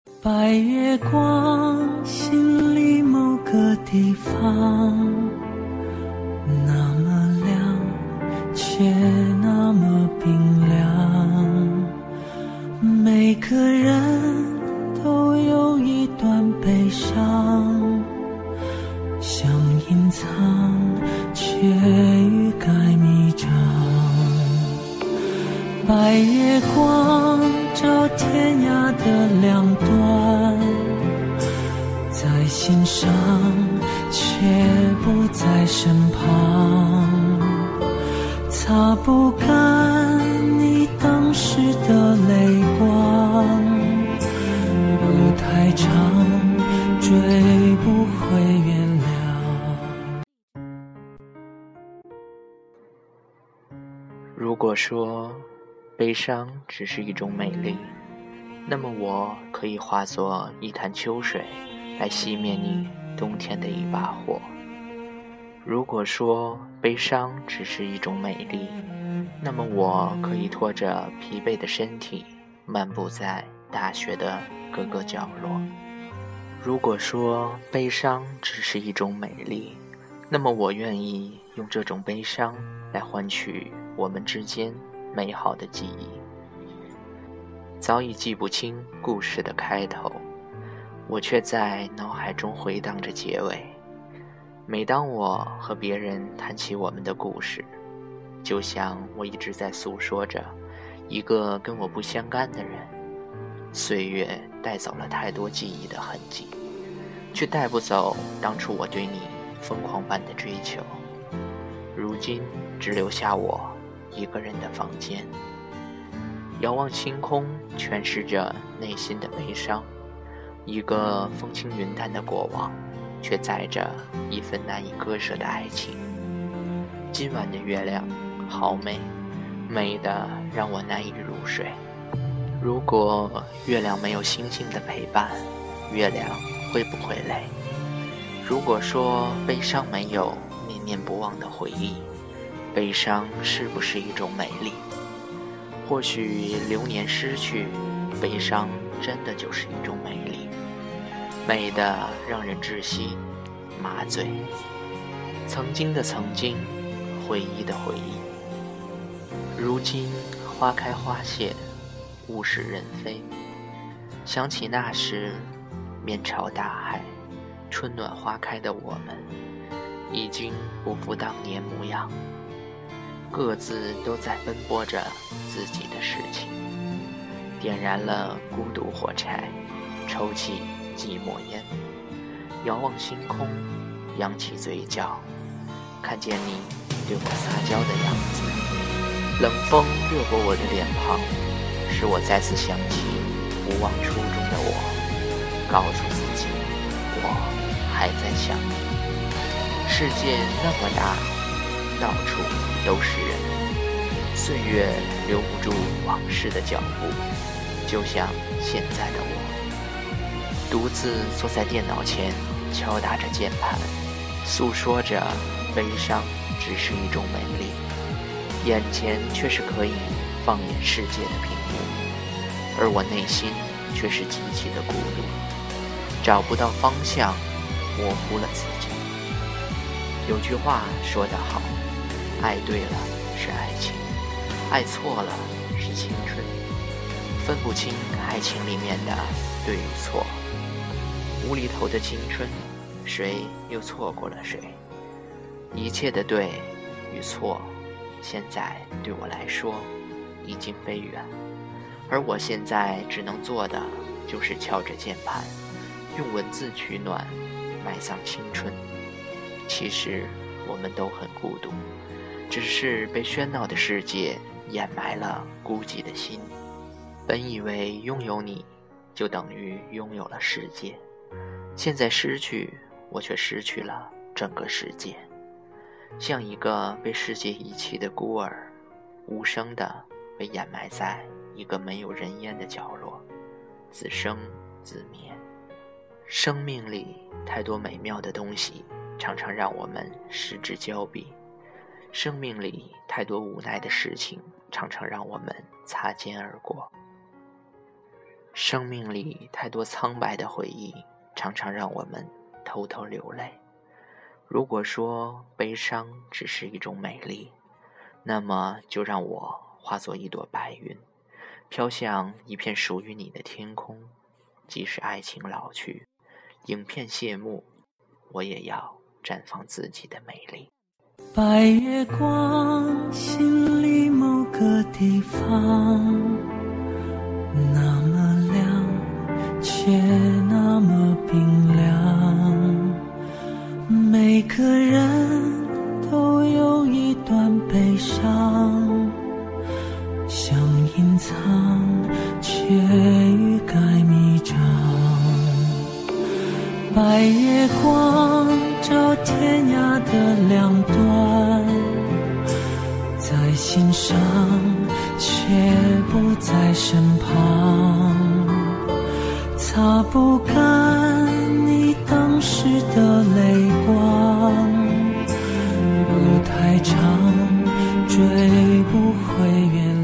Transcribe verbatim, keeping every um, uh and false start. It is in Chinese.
白月光，心里某个地方，那么亮，却那么冰凉。每个人都有一段悲伤，想隐藏，却欲盖弥彰。白月光照天涯的两端，在心上，却不在身旁，擦不干你当时的泪光，路太长，追不回原谅。 如果说悲伤只是一种美丽，那么我可以化作一潭秋水，来熄灭你冬天的一把火。如果说悲伤只是一种美丽，那么我可以拖着疲惫的身体，漫步在大学的各个角落。如果说悲伤只是一种美丽，那么我愿意用这种悲伤来换取我们之间美好的记忆。早已记不清故事的开头，我却在脑海中回荡着结尾。每当我和别人谈起我们的故事，就像我一直在诉说着一个跟我不相干的人。岁月带走了太多记忆的痕迹，却带不走当初我对你疯狂般的追求。如今只留下我一个人的房间，遥望星空，诠释着内心的悲伤。一个风轻云淡的过往，却载着一份难以割舍的爱情。今晚的月亮好美，美得让我难以入睡。如果月亮没有星星的陪伴，月亮会不会累？如果说悲伤没有念念不忘的回忆，悲伤是不是一种美丽？或许流年失去，悲伤真的就是一种美丽，美的让人窒息麻醉。曾经的曾经，回忆的回忆。如今花开花谢，物是人非。想起那时面朝大海，春暖花开的我们，已经不复当年模样，各自都在奔波着自己的事情，点燃了孤独火柴，抽起寂寞烟，遥望星空，扬起嘴角，看见你对我撒娇的样子。冷风掠过我的脸庞，使我再次想起不忘初衷的我，告诉自己我还在想你。世界那么大，到处都是人，岁月留不住往事的脚步，就像现在的我，独自坐在电脑前，敲打着键盘，诉说着悲伤只是一种美丽，眼前却是可以放眼世界的屏幕，而我内心却是极其的孤独，找不到方向，模糊了自己。有句话说得好，爱对了是爱情，爱错了是青春。分不清爱情里面的对与错，无厘头的青春，谁又错过了谁？一切的对与错，现在对我来说已经飞远，而我现在只能做的就是敲着键盘，用文字取暖，埋葬青春。其实我们都很孤独，只是被喧闹的世界掩埋了孤寂的心。本以为拥有你就等于拥有了世界，现在失去我却失去了整个世界，像一个被世界遗弃的孤儿，无声地被掩埋在一个没有人烟的角落，自生自灭。生命里太多美妙的东西，常常让我们失之交臂，生命里太多无奈的事情，常常让我们擦肩而过。 生命里太多苍白的回忆，常常让我们偷偷流泪。如果说悲伤只是一种美丽，那么就让我化作一朵白云，飘向一片属于你的天空。即使爱情老去，影片谢幕，我也要绽放自己的美丽。 白月光，心里某个地方，那么亮，却那么冰凉。每个人都有一段悲伤，想隐藏，却欲盖弥彰。白月光照天涯的两端，在心上，却不在身旁。擦不干你当时的泪光，路太长，追不回原